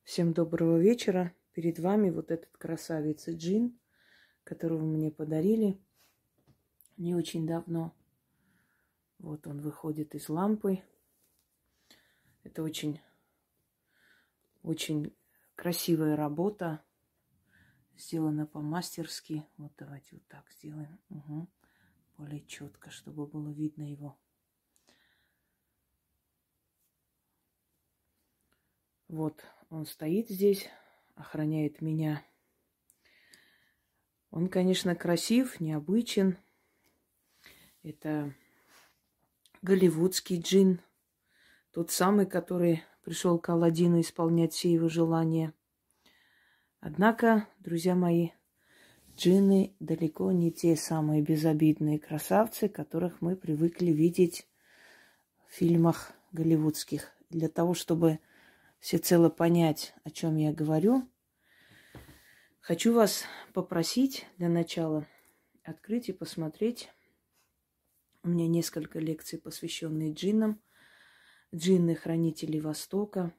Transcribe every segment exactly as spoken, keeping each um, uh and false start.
Всем доброго вечера. Перед вами вот этот красавец джин, которого мне подарили не очень давно. Вот он выходит из лампы. Это очень, очень красивая работа. Сделана по-мастерски. Вот давайте вот так сделаем. Угу. Более четко, чтобы было видно его. Вот он стоит здесь, охраняет меня. Он, конечно, красив, необычен. Это голливудский джин. Тот самый, который пришел к Аладдину исполнять все его желания. Однако, друзья мои, джинны далеко не те самые безобидные красавцы, которых мы привыкли видеть в фильмах голливудских. Для того, чтобы всецело понять, о чем я говорю, хочу вас попросить для начала открыть и посмотреть. У меня несколько лекций, посвященные джиннам. Джинны – хранители Востока.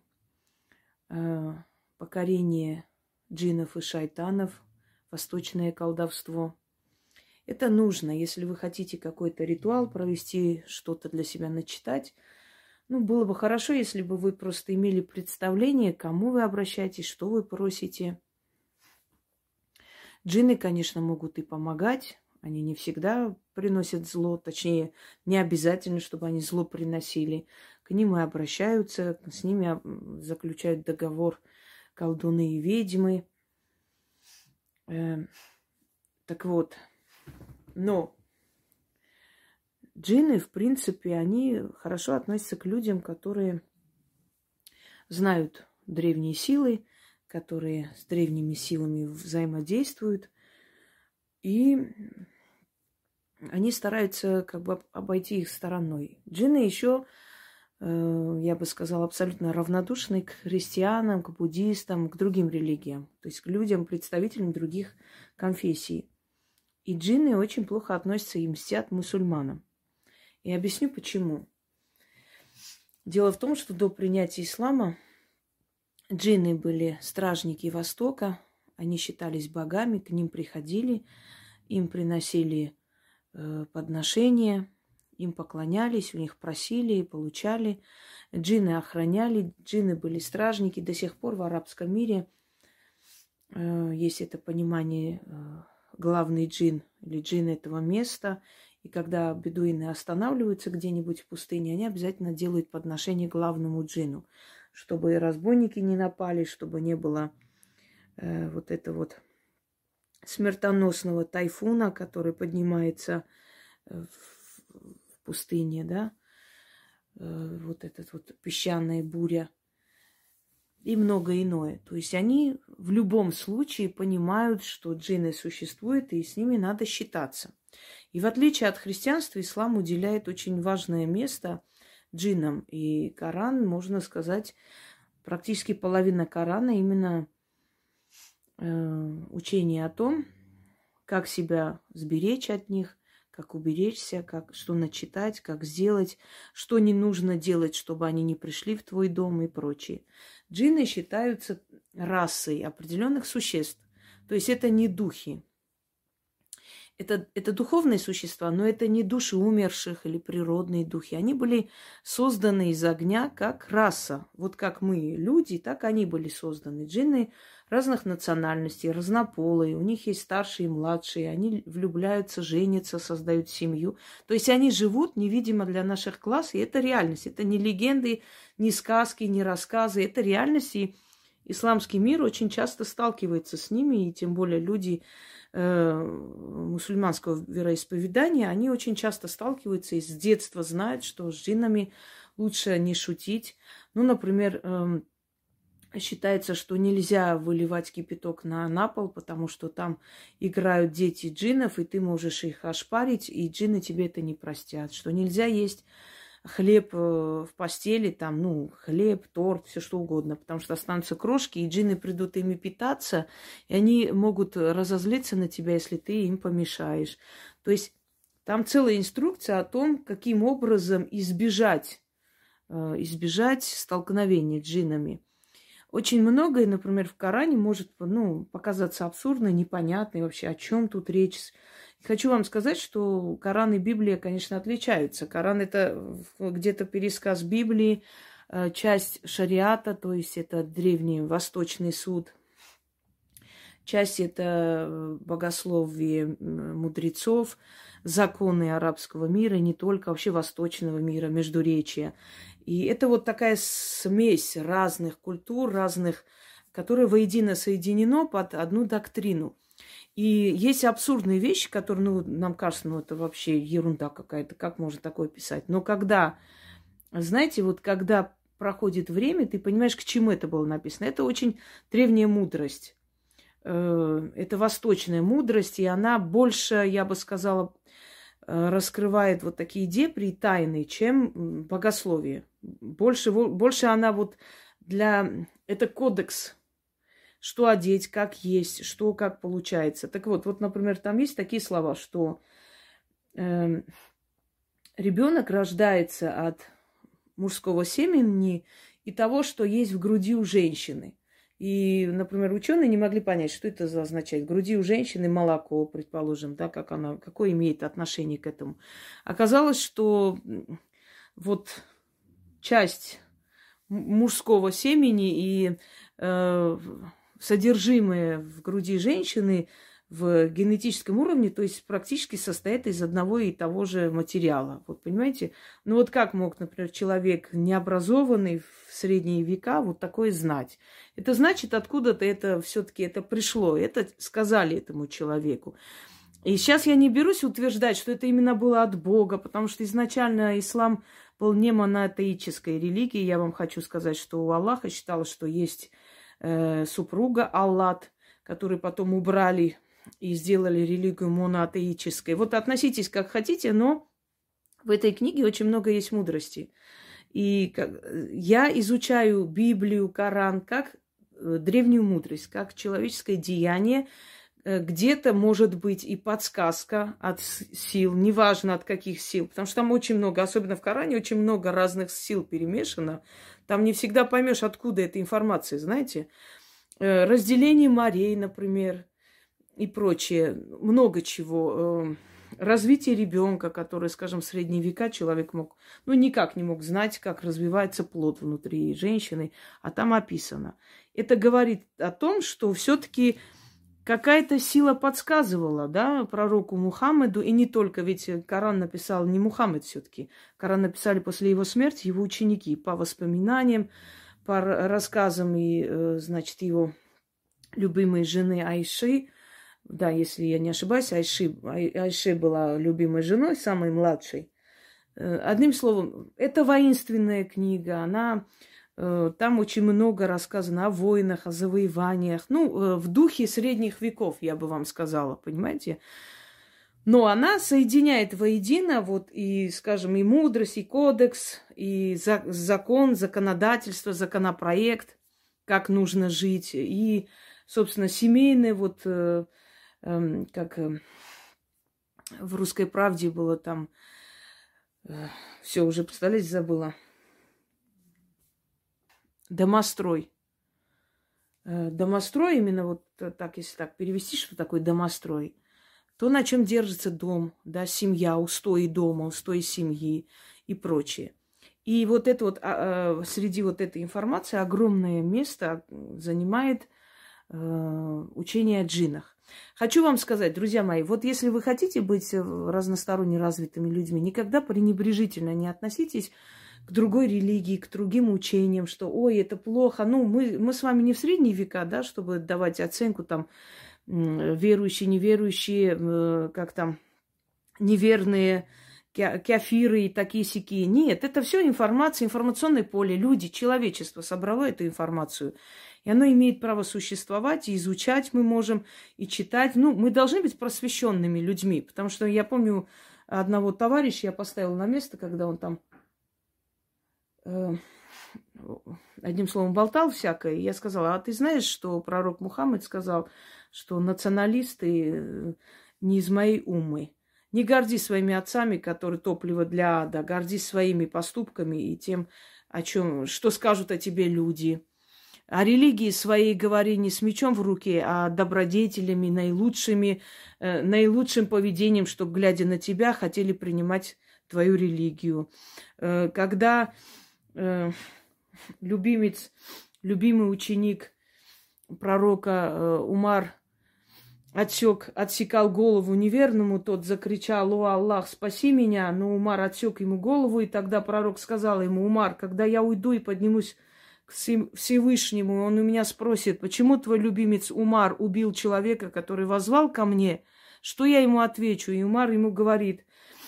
Покорение джиннов и шайтанов. Восточное колдовство. Это нужно, если вы хотите какой-то ритуал провести, что-то для себя начитать. Ну, было бы хорошо, если бы вы просто имели представление, к кому вы обращаетесь, что вы просите. Джинны, конечно, могут и помогать. Они не всегда приносят зло. Точнее, не обязательно, чтобы они зло приносили. К ним и обращаются, с ними заключают договор колдуны и ведьмы. Э, так вот, но джинны, в принципе, они хорошо относятся к людям, которые знают древние силы, которые с древними силами взаимодействуют. И они стараются как бы обойти их стороной. Джинны еще, я бы сказала, абсолютно равнодушны к христианам, к буддистам, к другим религиям. То есть к людям, представителям других конфессий. И джинны очень плохо относятся и мстят мусульманам. И объясню, почему. Дело в том, что до принятия ислама джинны были стражники Востока. Они считались богами, к ним приходили, им приносили э, подношения, им поклонялись, у них просили и получали. Джинны охраняли, джинны были стражники. До сих пор в арабском мире э, есть это понимание, э, главный джин или джин этого места. И когда бедуины останавливаются где-нибудь в пустыне, они обязательно делают подношение главному джину, чтобы разбойники не напали, чтобы не было э, вот это вот смертоносного тайфуна, который поднимается в, в пустыне, да, э, вот этот вот песчаная буря и многое иное. То есть они в любом случае понимают, что джинны существуют, и с ними надо считаться. И в отличие от христианства, ислам уделяет очень важное место джиннам. И Коран, можно сказать, практически половина Корана именно э, учение о том, как себя сберечь от них, как уберечься, как, что начитать, как сделать, что не нужно делать, чтобы они не пришли в твой дом и прочее. Джинны считаются расой определенных существ. То есть это не духи. Это, это духовные существа, но это не души умерших или природные духи. Они были созданы из огня как раса. Вот как мы, люди, так они были созданы. Джинны разных национальностей, разнополые. У них есть старшие и младшие. Они влюбляются, женятся, создают семью. То есть они живут невидимо для наших глаз. И это реальность. Это не легенды, не сказки, не рассказы. Это реальность. И исламский мир очень часто сталкивается с ними. И тем более люди мусульманского вероисповедания, они очень часто сталкиваются и с детства знают, что с джиннами лучше не шутить. Ну, например, считается, что нельзя выливать кипяток на, на пол, потому что там играют дети джиннов, и ты можешь их ошпарить, и джинны тебе это не простят. Что нельзя есть хлеб в постели, там, ну, хлеб, торт, все что угодно, потому что останутся крошки, и джинны придут ими питаться, и они могут разозлиться на тебя, если ты им помешаешь. То есть там целая инструкция о том, каким образом избежать, избежать столкновения с джиннами. Очень многое, например, в Коране может, ну, показаться абсурдно, непонятно, и вообще о чем тут речь. Хочу вам сказать, что Коран и Библия, конечно, отличаются. Коран – это где-то пересказ Библии, э, часть шариата, то есть это древний восточный суд. Часть – это богословие мудрецов, законы арабского мира, не только, вообще восточного мира, междуречия. И это вот такая смесь разных культур, разных, которые воедино соединено под одну доктрину. И есть абсурдные вещи, которые, ну, нам кажется, ну, это вообще ерунда какая-то, как можно такое писать. Но когда, знаете, вот когда проходит время, ты понимаешь, к чему это было написано. Это очень древняя мудрость. Это восточная мудрость, и она больше, я бы сказала, раскрывает вот такие дебри тайны, чем богословие. Больше, больше она вот для... Это кодекс, что одеть, как есть, что как получается. Так вот, вот, например, там есть такие слова, что э, ребенок рождается от мужского семени и того, что есть в груди у женщины. И, например, ученые не могли понять, что это означает. В груди у женщины молоко, предположим, да, как она, какое имеет отношение к этому. Оказалось, что вот часть мужского семени и э, содержимое в груди женщины в генетическом уровне, то есть практически состоит из одного и того же материала. Вот понимаете? Ну вот как мог, например, человек необразованный в средние века вот такое знать? Это значит, откуда-то это все-таки это пришло. Это сказали этому человеку. И сейчас я не берусь утверждать, что это именно было от Бога, потому что изначально ислам был не монотеической религией. Я вам хочу сказать, что у Аллаха считалось, что есть э, супруга Аллат, которую потом убрали и сделали религию монотеической. Вот относитесь как хотите, но в этой книге очень много есть мудрости. И я изучаю Библию, Коран как древнюю мудрость, как человеческое деяние. Где-то может быть и подсказка от сил, неважно от каких сил, потому что там очень много, особенно в Коране, очень много разных сил перемешано. Там не всегда поймешь, откуда эта информация, знаете. Разделение морей, например, и прочее. Много чего. Развитие ребенка, который, скажем, в средние века человек мог, ну, никак не мог знать, как развивается плод внутри женщины, а там описано. Это говорит о том, что все-таки какая-то сила подсказывала, да, пророку Мухаммеду, и не только, ведь Коран написал не Мухаммед все-таки. Коран написали после его смерти его ученики по воспоминаниям, по рассказам и, значит, его любимой жены Айши. Да, если я не ошибаюсь, Айши, Айши была любимой женой, самой младшей. Одним словом, это воинственная книга, она... Там очень много рассказано о войнах, о завоеваниях. Ну, в духе средних веков, я бы вам сказала, понимаете? Но она соединяет воедино вот и, скажем, и мудрость, и кодекс, и закон, законодательство, законопроект, как нужно жить, и, собственно, семейное, вот, э, э, как э, в «Русской правде» было там, э, все уже, представляете, забыла. Домострой. Домострой, именно вот так, если так перевести, что такое домострой, то, на чем держится дом, да, семья, устои дома, устои семьи и прочее. И вот это вот, а, а, среди вот этой информации огромное место занимает а, учение о джиннах. Хочу вам сказать, друзья мои, вот если вы хотите быть разносторонне развитыми людьми, никогда пренебрежительно не относитесь к другой религии, к другим учениям, что, ой, это плохо. Ну, мы, мы с вами не в средние века, да, чтобы давать оценку там верующие, неверующие, как там, неверные, кафиры и такие-сякие. Нет, это все информация, информационное поле. Люди, человечество собрало эту информацию. И оно имеет право существовать, и изучать мы можем, и читать. Ну, мы должны быть просвещенными людьми, потому что я помню одного товарища я поставила на место, когда он там одним словом, болтал всякое. Я сказала, а ты знаешь, что пророк Мухаммед сказал, что националисты не из моей уммы. Не гордись своими отцами, которые топливо для ада, гордись своими поступками и тем, о чем, что скажут о тебе люди. О религии своей говори не с мечом в руке, а добродетелями, наилучшими, э, наилучшим поведением, чтобы, глядя на тебя, хотели принимать твою религию. Э, когда э, любимец, любимый ученик пророка э, Умар отсек, отсекал голову неверному, тот закричал: «О, Аллах, спаси меня!» Но Умар отсек ему голову, и тогда пророк сказал ему: «Умар, когда я уйду и поднимусь к Всевышнему, он у меня спросит: почему твой любимец Умар убил человека, который воззвал ко мне? Что я ему отвечу?» И Умар ему говорит,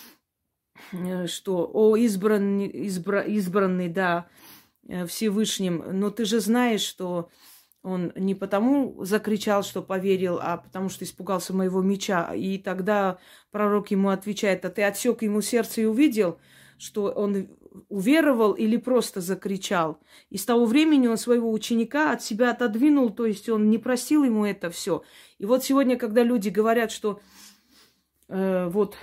что: «О, избранный, избра, избранный, да, Всевышним, но ты же знаешь, что он не потому закричал, что поверил, а потому что испугался моего меча». И тогда пророк ему отвечает: «А ты отсек ему сердце и увидел, что он уверовал или просто закричал?» И с того времени он своего ученика от себя отодвинул, то есть он не простил ему это все. И вот сегодня, когда люди говорят, что э, вот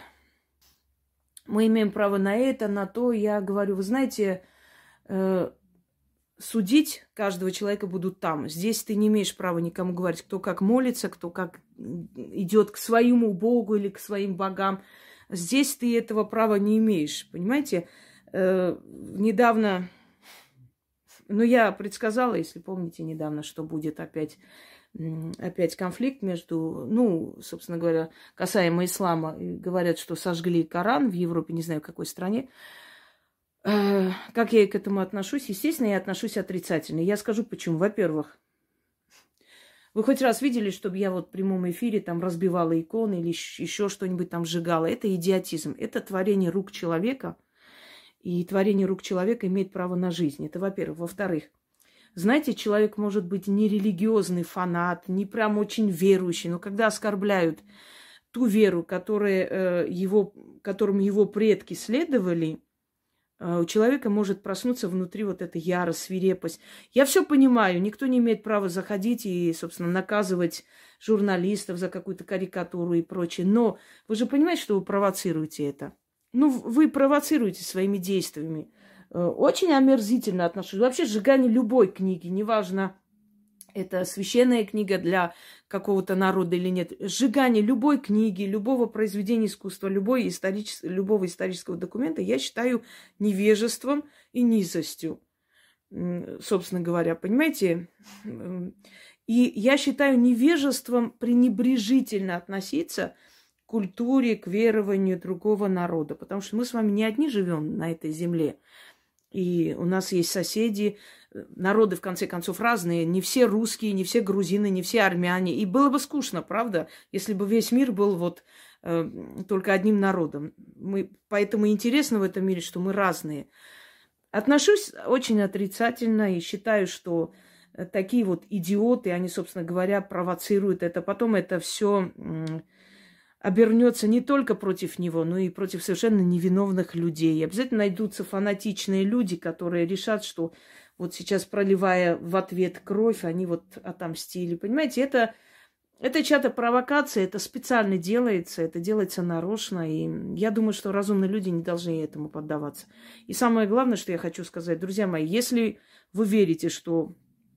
мы имеем право на это, на то, я говорю: вы знаете, э, судить каждого человека будут там. Здесь ты не имеешь права никому говорить, кто как молится, кто как идет к своему Богу или к своим богам. Здесь ты этого права не имеешь, понимаете? Э, недавно, ну, я предсказала, если помните, недавно, что будет опять, опять конфликт между, ну, собственно говоря, касаемо ислама. Говорят, что сожгли Коран в Европе, не знаю, в какой стране. Как я к этому отношусь? Естественно, я отношусь отрицательно. Я скажу почему. Во-первых, вы хоть раз видели, чтобы я вот в прямом эфире там разбивала иконы или еще что-нибудь там сжигала? Это идиотизм. Это творение рук человека. И творение рук человека имеет право на жизнь. Это во-первых. Во-вторых, знаете, человек может быть не религиозный фанат, не прям очень верующий, но когда оскорбляют ту веру, которая, его, которым его предки следовали, у человека может проснуться внутри вот эта ярость, свирепость. Я все понимаю, никто не имеет права заходить и, собственно, наказывать журналистов за какую-то карикатуру и прочее. Но вы же понимаете, что вы провоцируете это? Ну, вы провоцируете своими действиями. Очень омерзительно отношусь. Вообще сжигание любой книги, неважно, это священная книга для какого-то народа или нет. Сжигание любой книги, любого произведения искусства, любой историчес... любого исторического документа я считаю невежеством и низостью, собственно говоря. Понимаете? И я считаю невежеством пренебрежительно относиться к культуре, к верованию другого народа. Потому что мы с вами не одни живем на этой земле. И у нас есть соседи, народы, в конце концов, разные. Не все русские, не все грузины, не все армяне. И было бы скучно, правда, если бы весь мир был вот э, только одним народом. Мы, поэтому интересно в этом мире, что мы разные. Отношусь очень отрицательно и считаю, что такие вот идиоты, они, собственно говоря, провоцируют это. Потом это все э, обернется не только против него, но и против совершенно невиновных людей. И обязательно найдутся фанатичные люди, которые решат, что вот сейчас, проливая в ответ кровь, они вот отомстили. Понимаете, это, это чья-то провокация, это специально делается, это делается нарочно. И я думаю, что разумные люди не должны этому поддаваться. И самое главное, что я хочу сказать, друзья мои, если вы верите, что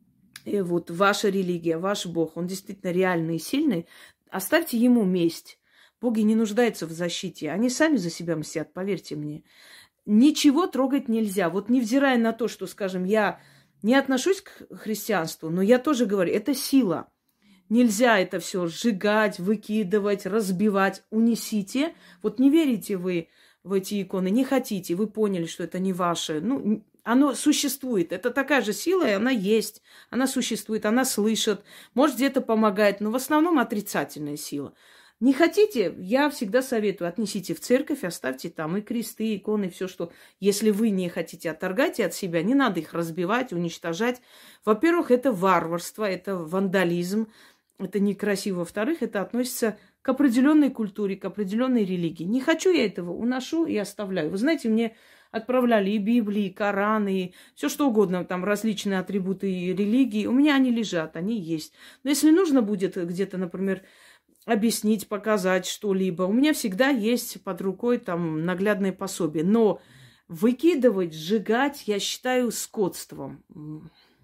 вот ваша религия, ваш Бог, он действительно реальный и сильный, оставьте ему месть. Боги не нуждаются в защите. Они сами за себя мстят, поверьте мне. Ничего трогать нельзя. Вот невзирая на то, что, скажем, я не отношусь к христианству, но я тоже говорю, это сила. Нельзя это все сжигать, выкидывать, разбивать. Унесите. Вот не верите вы в эти иконы, не хотите, вы поняли, что это не ваше. Ну, оно существует. Это такая же сила, и она есть. Она существует, она слышит. Может, где-то помогает, но в основном отрицательная сила. Не хотите, я всегда советую, отнесите в церковь, оставьте там и кресты, и иконы, все, что... Если вы не хотите, отторгайте от себя, не надо их разбивать, уничтожать. Во-первых, это варварство, это вандализм, это некрасиво. Во-вторых, это относится к определенной культуре, к определенной религии. Не хочу я этого, уношу и оставляю. Вы знаете, мне отправляли и Библии, и Кораны, и все что угодно, там различные атрибуты религии. У меня они лежат, они есть. Но если нужно будет где-то, например, объяснить, показать что-либо. У меня всегда есть под рукой там наглядное пособие. Но выкидывать, сжигать, я считаю скотством.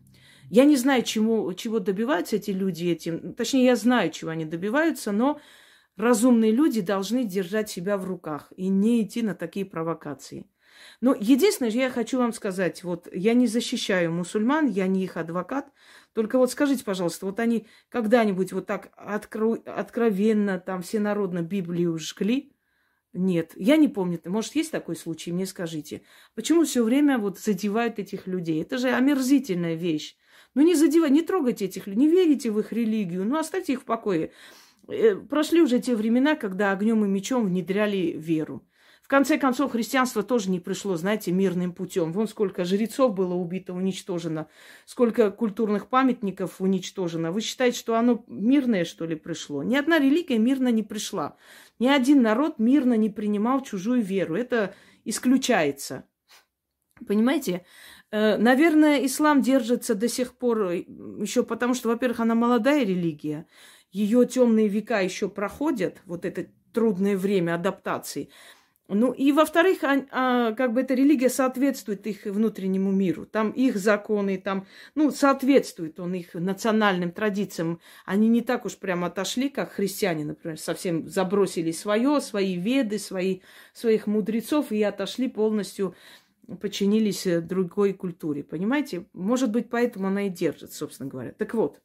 Я не знаю, чему, чего добиваются эти люди этим. Точнее, я знаю, чего они добиваются, но разумные люди должны держать себя в руках и не идти на такие провокации. Но единственное, я хочу вам сказать, вот я не защищаю мусульман, я не их адвокат, только вот скажите, пожалуйста, вот они когда-нибудь вот так откро- откровенно, там, всенародно Библию жгли? Нет, я не помню. Может, есть такой случай? Мне скажите. Почему все время вот задевают этих людей? Это же омерзительная вещь. Ну не задевайте, не трогайте этих людей, не верите в их религию, ну оставьте их в покое. Прошли уже те времена, когда огнем и мечом внедряли веру. В конце концов, христианство тоже не пришло, знаете, мирным путем. Вон сколько жрецов было убито, уничтожено, сколько культурных памятников уничтожено. Вы считаете, что оно мирное, что ли, пришло? Ни одна религия мирно не пришла. Ни один народ мирно не принимал чужую веру. Это исключается. Понимаете? Наверное, ислам держится до сих пор еще потому, что, во-первых, она молодая религия. Ее темные века еще проходят, вот это трудное время адаптации. Ну и, во-вторых, а, а, как бы эта религия соответствует их внутреннему миру. Там их законы, там, ну, соответствует он их национальным традициям. Они не так уж прямо отошли, как христиане, например, совсем забросили свое, свои веды, свои, своих мудрецов и отошли полностью, подчинились другой культуре. Понимаете? Может быть, поэтому она и держит, собственно говоря. Так вот,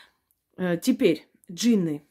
теперь джинны.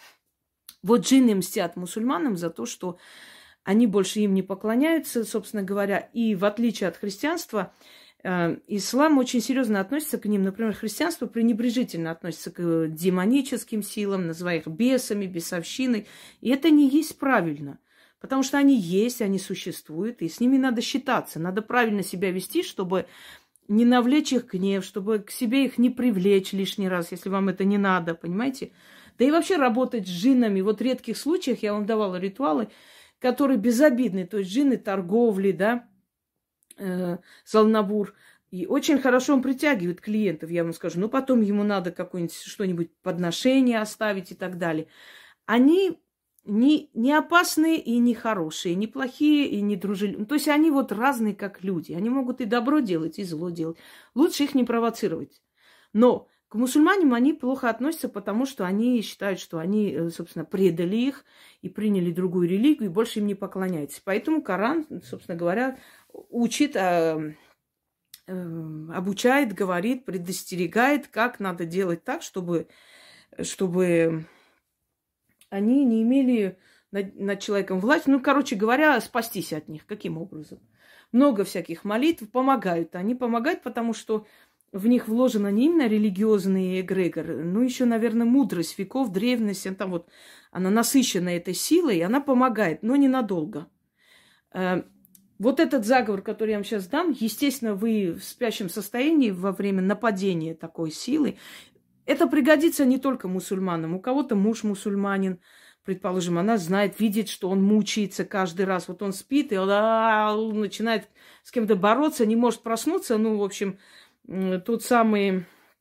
Вот джинны мстят мусульманам за то, что они больше им не поклоняются, собственно говоря. И в отличие от христианства, э, ислам очень серьезно относится к ним. Например, христианство пренебрежительно относится к демоническим силам, называя их бесами, бесовщиной. И это не есть правильно. Потому что они есть, они существуют, и с ними надо считаться. Надо правильно себя вести, чтобы не навлечь их гнев, чтобы к себе их не привлечь лишний раз, если вам это не надо, понимаете? Да и вообще работать с джиннами. Вот в редких случаях я вам давала ритуалы, которые безобидны, то есть джинны торговли, да, э, залнабур. И очень хорошо он притягивает клиентов, я вам скажу. Но потом ему надо какое-нибудь что-нибудь подношение оставить и так далее. Они не, не опасные и не хорошие, не плохие и не дружелюбные. То есть они вот разные, как люди. Они могут и добро делать, и зло делать. Лучше их не провоцировать. Но к мусульманам они плохо относятся, потому что они считают, что они, собственно, предали их и приняли другую религию, и больше им не поклоняются. Поэтому Коран, собственно говоря, учит, обучает, говорит, предостерегает, как надо делать так, чтобы, чтобы они не имели над, над человеком власть. Ну, короче говоря, спастись от них. Каким образом? Много всяких молитв помогают. Они помогают, потому что в них вложена не именно религиозный эгрегор, но еще, наверное, мудрость веков, древность. Она, там вот, она насыщена этой силой, и она помогает, но ненадолго. Вот этот заговор, который я вам сейчас дам, естественно, вы в спящем состоянии во время нападения такой силы, это пригодится не только мусульманам. У кого-то муж мусульманин, предположим, она знает, видит, что он мучается каждый раз. Вот он спит и он начинает с кем-то бороться, не может проснуться. Ну, в общем, тот самый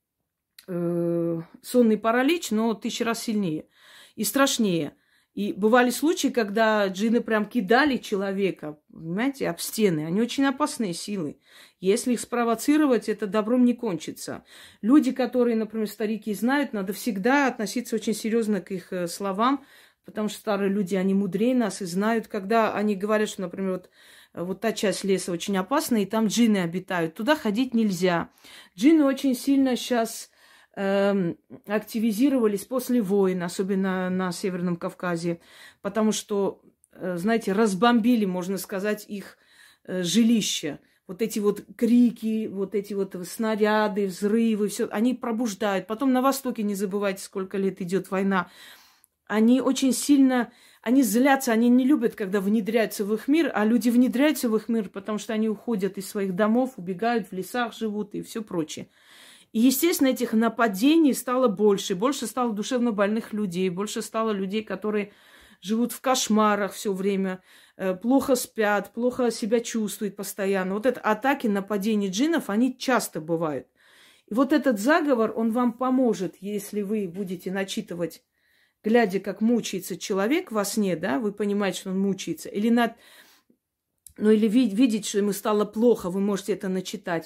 э, сонный паралич, но тысячу раз сильнее и страшнее. И бывали случаи, когда джинны прям кидали человека, понимаете, об стены. Они очень опасные силы. Если их спровоцировать, это добром не кончится. Люди, которые, например, старики знают, надо всегда относиться очень серьезно к их словам, потому что старые люди, они мудрее нас и знают, когда они говорят, что, например, вот Вот та часть леса очень опасна, и там джинны обитают. Туда ходить нельзя. Джинны очень сильно сейчас э, активизировались после войн, особенно на Северном Кавказе, потому что, э, знаете, разбомбили, можно сказать, их э, жилища. Вот эти вот крики, вот эти вот снаряды, взрывы, все, они пробуждают. Потом на Востоке, не забывайте, сколько лет идет война. Они очень сильно... Они злятся, они не любят, когда внедряются в их мир, а люди внедряются в их мир, потому что они уходят из своих домов, убегают, в лесах живут и все прочее. И, естественно, этих нападений стало больше. Больше стало душевно больных людей, больше стало людей, которые живут в кошмарах все время, плохо спят, плохо себя чувствуют постоянно. Вот это атаки, нападения джиннов, они часто бывают. И вот этот заговор, он вам поможет, если вы будете начитывать, глядя, как мучается человек во сне, да, вы понимаете, что он мучается, или, над... ну, или ви- видеть, что ему стало плохо, вы можете это начитать.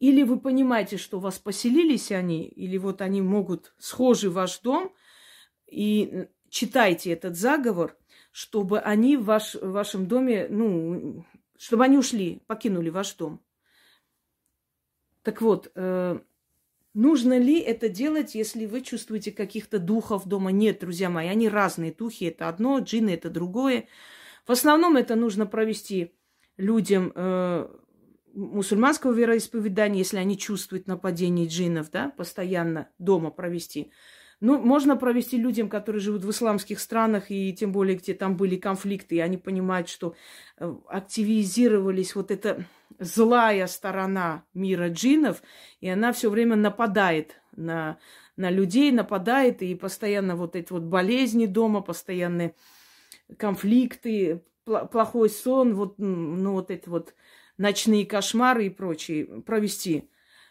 или вы понимаете, что у вас поселились они, или вот они могут схожи в ваш дом, и читайте этот заговор, чтобы они в, ваш, в вашем доме, ну, чтобы они ушли, покинули ваш дом. Так вот, э, нужно ли это делать, если вы чувствуете каких-то духов дома? Нет, друзья мои, они разные. Духи – это одно, джинны – это другое. В основном это нужно провести людям э, мусульманского вероисповедания, если они чувствуют нападение джиннов, да, постоянно дома провести. Ну, можно провести людям, которые живут в исламских странах, и тем более, где там были конфликты, и они понимают, что активизировались вот эта злая сторона мира джиннов, и она все время нападает на, на людей, нападает, и постоянно вот эти вот болезни дома, постоянные конфликты, плохой сон, вот, ну, вот эти вот ночные кошмары и прочее провести.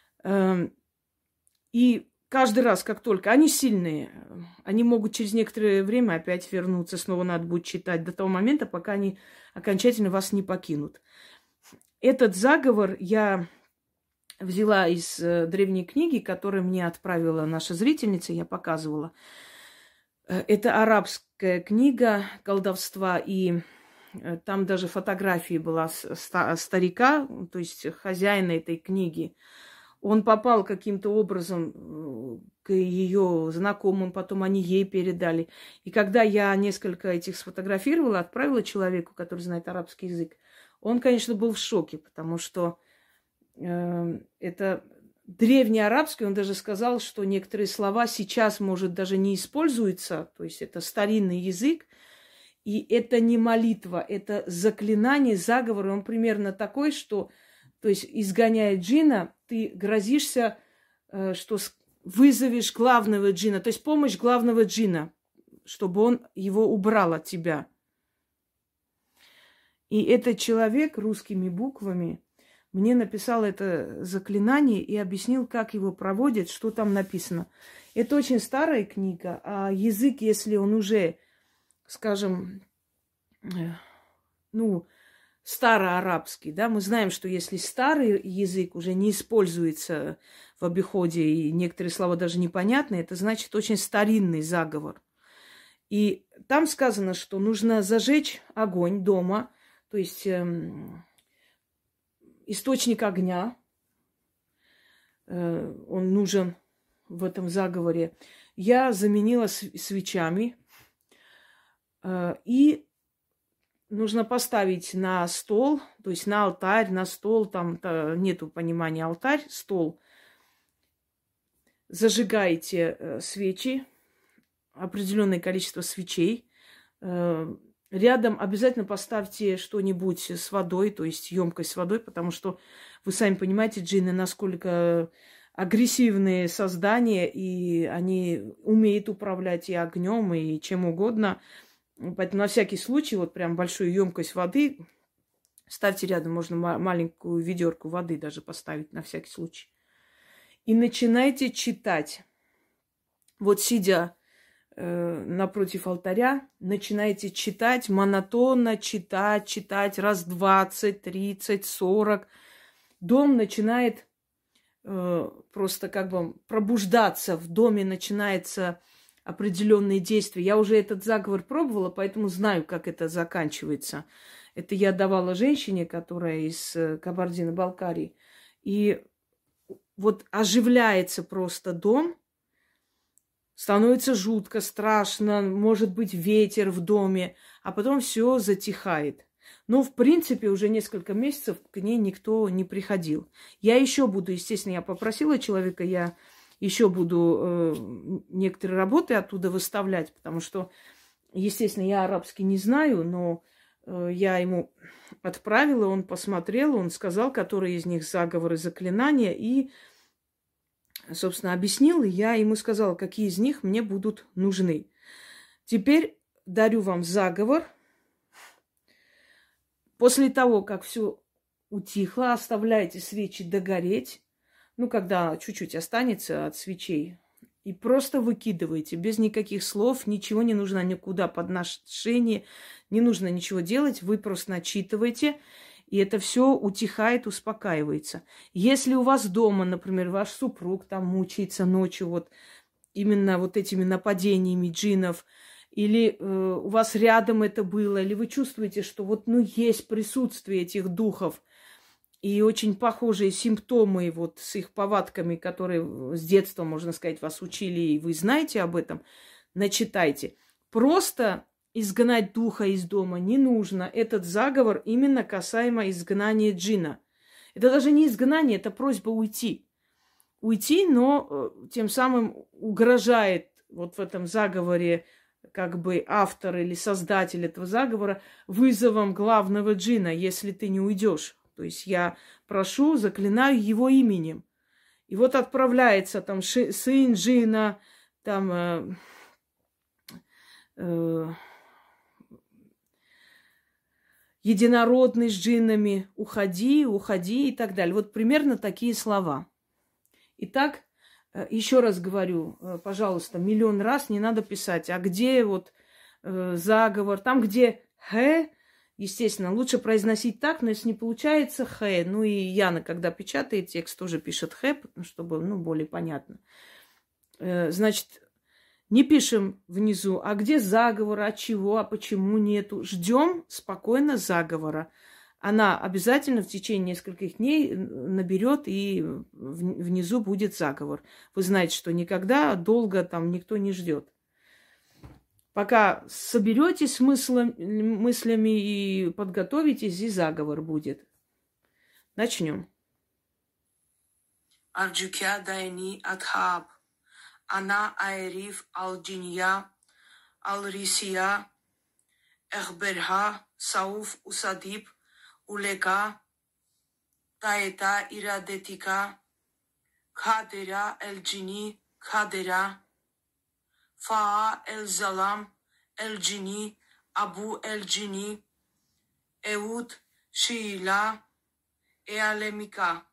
И каждый раз, как только они сильные, они могут через некоторое время опять вернуться, снова надо будет читать до того момента, пока они окончательно вас не покинут. Этот заговор я взяла из э, древней книги, которую мне отправила наша зрительница, я показывала. Это арабская книга колдовства, и э, там даже фотография была ста- старика, то есть хозяина этой книги. Он попал каким-то образом к ее знакомым, потом они ей передали. И когда я несколько этих сфотографировала, отправила человеку, который знает арабский язык, он, конечно, был в шоке, потому что э, это древний арабский, он даже сказал, что некоторые слова сейчас, может, даже не используются, то есть это старинный язык, и это не молитва, это заклинание, заговор, он примерно такой, что, то есть, изгоняя джинна, ты грозишься, э, что вызовешь главного джинна, то есть помощь главного джинна, чтобы он его убрал от тебя. И этот человек русскими буквами мне написал это заклинание и объяснил, как его проводят, что там написано. Это очень старая книга, а язык, если он уже, скажем, ну, староарабский, да, мы знаем, что если старый язык уже не используется в обиходе, и некоторые слова даже непонятны, это значит очень старинный заговор. И там сказано, что нужно зажечь огонь дома, то есть эм, источник огня, э, он нужен в этом заговоре. Я заменила свечами, э, и нужно поставить на стол, то есть на алтарь, на стол, там нету понимания алтарь, стол. Зажигайте э, свечи, определенное количество свечей. Э, рядом обязательно поставьте что-нибудь с водой, то есть емкость с водой, потому что вы сами понимаете, джинны, насколько агрессивные создания, и они умеют управлять и огнем, и чем угодно. Поэтому на всякий случай, вот прям большую емкость воды ставьте рядом, можно маленькую ведерку воды даже поставить на всякий случай. И начинайте читать. Вот сидя э, напротив алтаря, начинайте читать, монотонно читать, читать раз двадцать, тридцать, сорок. Дом начинает э, просто как бы пробуждаться, в доме начинается определенные действия. Я уже этот заговор пробовала, поэтому знаю, как это заканчивается. Это я давала женщине, которая из Кабардино-Балкарии. И вот оживляется просто дом, становится жутко, страшно, может быть ветер в доме, а потом все затихает. Но, в принципе, уже несколько месяцев к ней никто не приходил. Я еще буду, естественно, я попросила человека, я еще буду э, некоторые работы оттуда выставлять, потому что, естественно, я арабский не знаю, но э, я ему отправила, он посмотрел, он сказал, которые из них заговоры, заклинания, и, собственно, объяснил, и я ему сказала, какие из них мне будут нужны. Теперь дарю вам заговор. После того, как все утихло, оставляйте свечи догореть. Ну, когда чуть-чуть останется от свечей. И просто выкидывайте, без никаких слов, ничего не нужно никуда подношение, не нужно ничего делать. Вы просто начитываете. И это все утихает, успокаивается. Если у вас дома, например, ваш супруг там мучается ночью вот именно вот этими нападениями джиннов, или э, у вас рядом это было, или вы чувствуете, что вот ну есть присутствие этих духов, и очень похожие симптомы вот с их повадками, которые с детства, можно сказать, вас учили, и вы знаете об этом, начитайте. Просто изгнать духа из дома не нужно. Этот заговор именно касаемо изгнания джинна. Это даже не изгнание, это просьба уйти. Уйти, но тем самым угрожает вот в этом заговоре как бы автор или создатель этого заговора вызовом главного джинна, если ты не уйдешь. То есть я прошу, заклинаю его именем. И вот отправляется там ши, сын джинна, там э, э, единородный с джиннами, уходи, уходи и так далее. Вот примерно такие слова. Итак, еще раз говорю, пожалуйста, миллион раз не надо писать, а где вот э, заговор, там, где «х», естественно, лучше произносить так, но если не получается «х», ну и Яна, когда печатает текст, тоже пишет «х», чтобы, ну, более понятно. Э, значит, не пишем внизу, а где заговор, от чего, а почему нету. Ждем спокойно заговора. Она обязательно в течение нескольких дней наберет, и внизу будет заговор. Вы знаете, что никогда долго там никто не ждет. Пока соберетесь с мыслями и подготовитесь, и заговор будет. Начнем. Арджукя дайни адхаб, ана айриф алджинья, алрисия, эхберха, сауф усадиб, улека, таэта ирадетика, кадера эль-джини, кадера, фаа эль-залам, эль-джини, абу эль-джини, эуд, шиила, эалемика.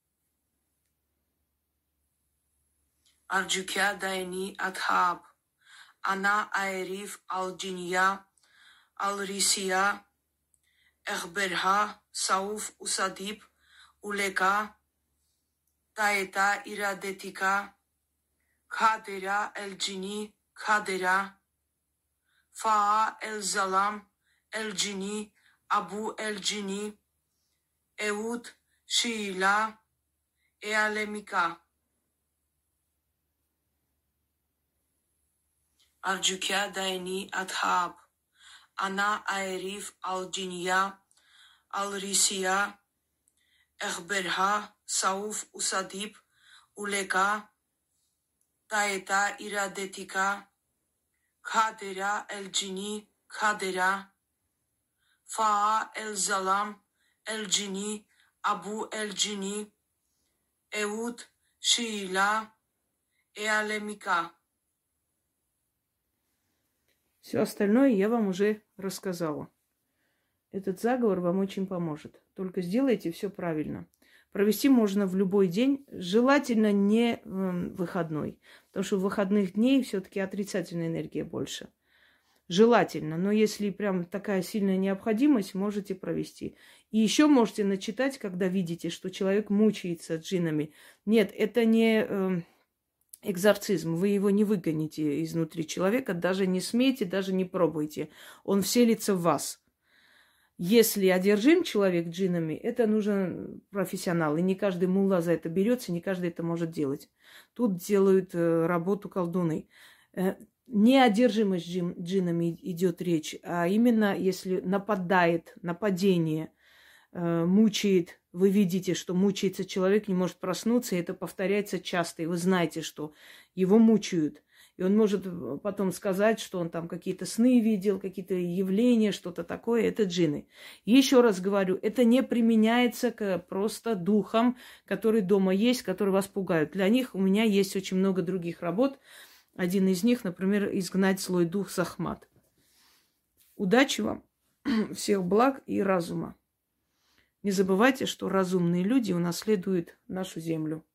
Арджукя дайни адхаб, ана айриф алджинья, алрисия, эхберха, сауф усадиб, улека, таэта ирадетика, кадера эль-джини, кадера, фаа эль-залам, эль-джини, абу эль-джини, эуд, шиила, эалемика. Арджукя дайни адхаб, ана айриф алджинья, алрисия, эхберха, сауф усадиб, улека, таэта ирадетика, кадера эль-джини, кадера, фаа эль-залам, эль-джини, абу эль-джини, эуд, шиила, эалемика. Все остальное я вам уже рассказала. Этот заговор вам очень поможет. Только сделайте все правильно. Провести можно в любой день, желательно не выходной, потому что в выходных дней все-таки отрицательная энергия больше. Желательно, но если прям такая сильная необходимость, можете провести. И еще можете начитать, когда видите, что человек мучается джиннами. Нет, это не экзорцизм, вы его не выгоните изнутри человека, даже не смейте, даже не пробуйте. Он вселится в вас. Если одержим человек джиннами, это нужен профессионал. И не каждый мулла за это берется, не каждый это может делать. Тут делают э, работу колдуны. Э, не одержимость джин, джиннами идет речь, а именно если нападает, нападение, э, мучает. Вы видите, что мучается человек, не может проснуться, и это повторяется часто. И вы знаете, что его мучают. И он может потом сказать, что он там какие-то сны видел, какие-то явления, что-то такое. Это джинны. И еще раз говорю, это не применяется к просто духам, которые дома есть, которые вас пугают. Для них у меня есть очень много других работ. Один из них, например, изгнать злой дух Захмат. Удачи вам, всех благ и разума. Не забывайте, что разумные люди унаследуют нашу землю.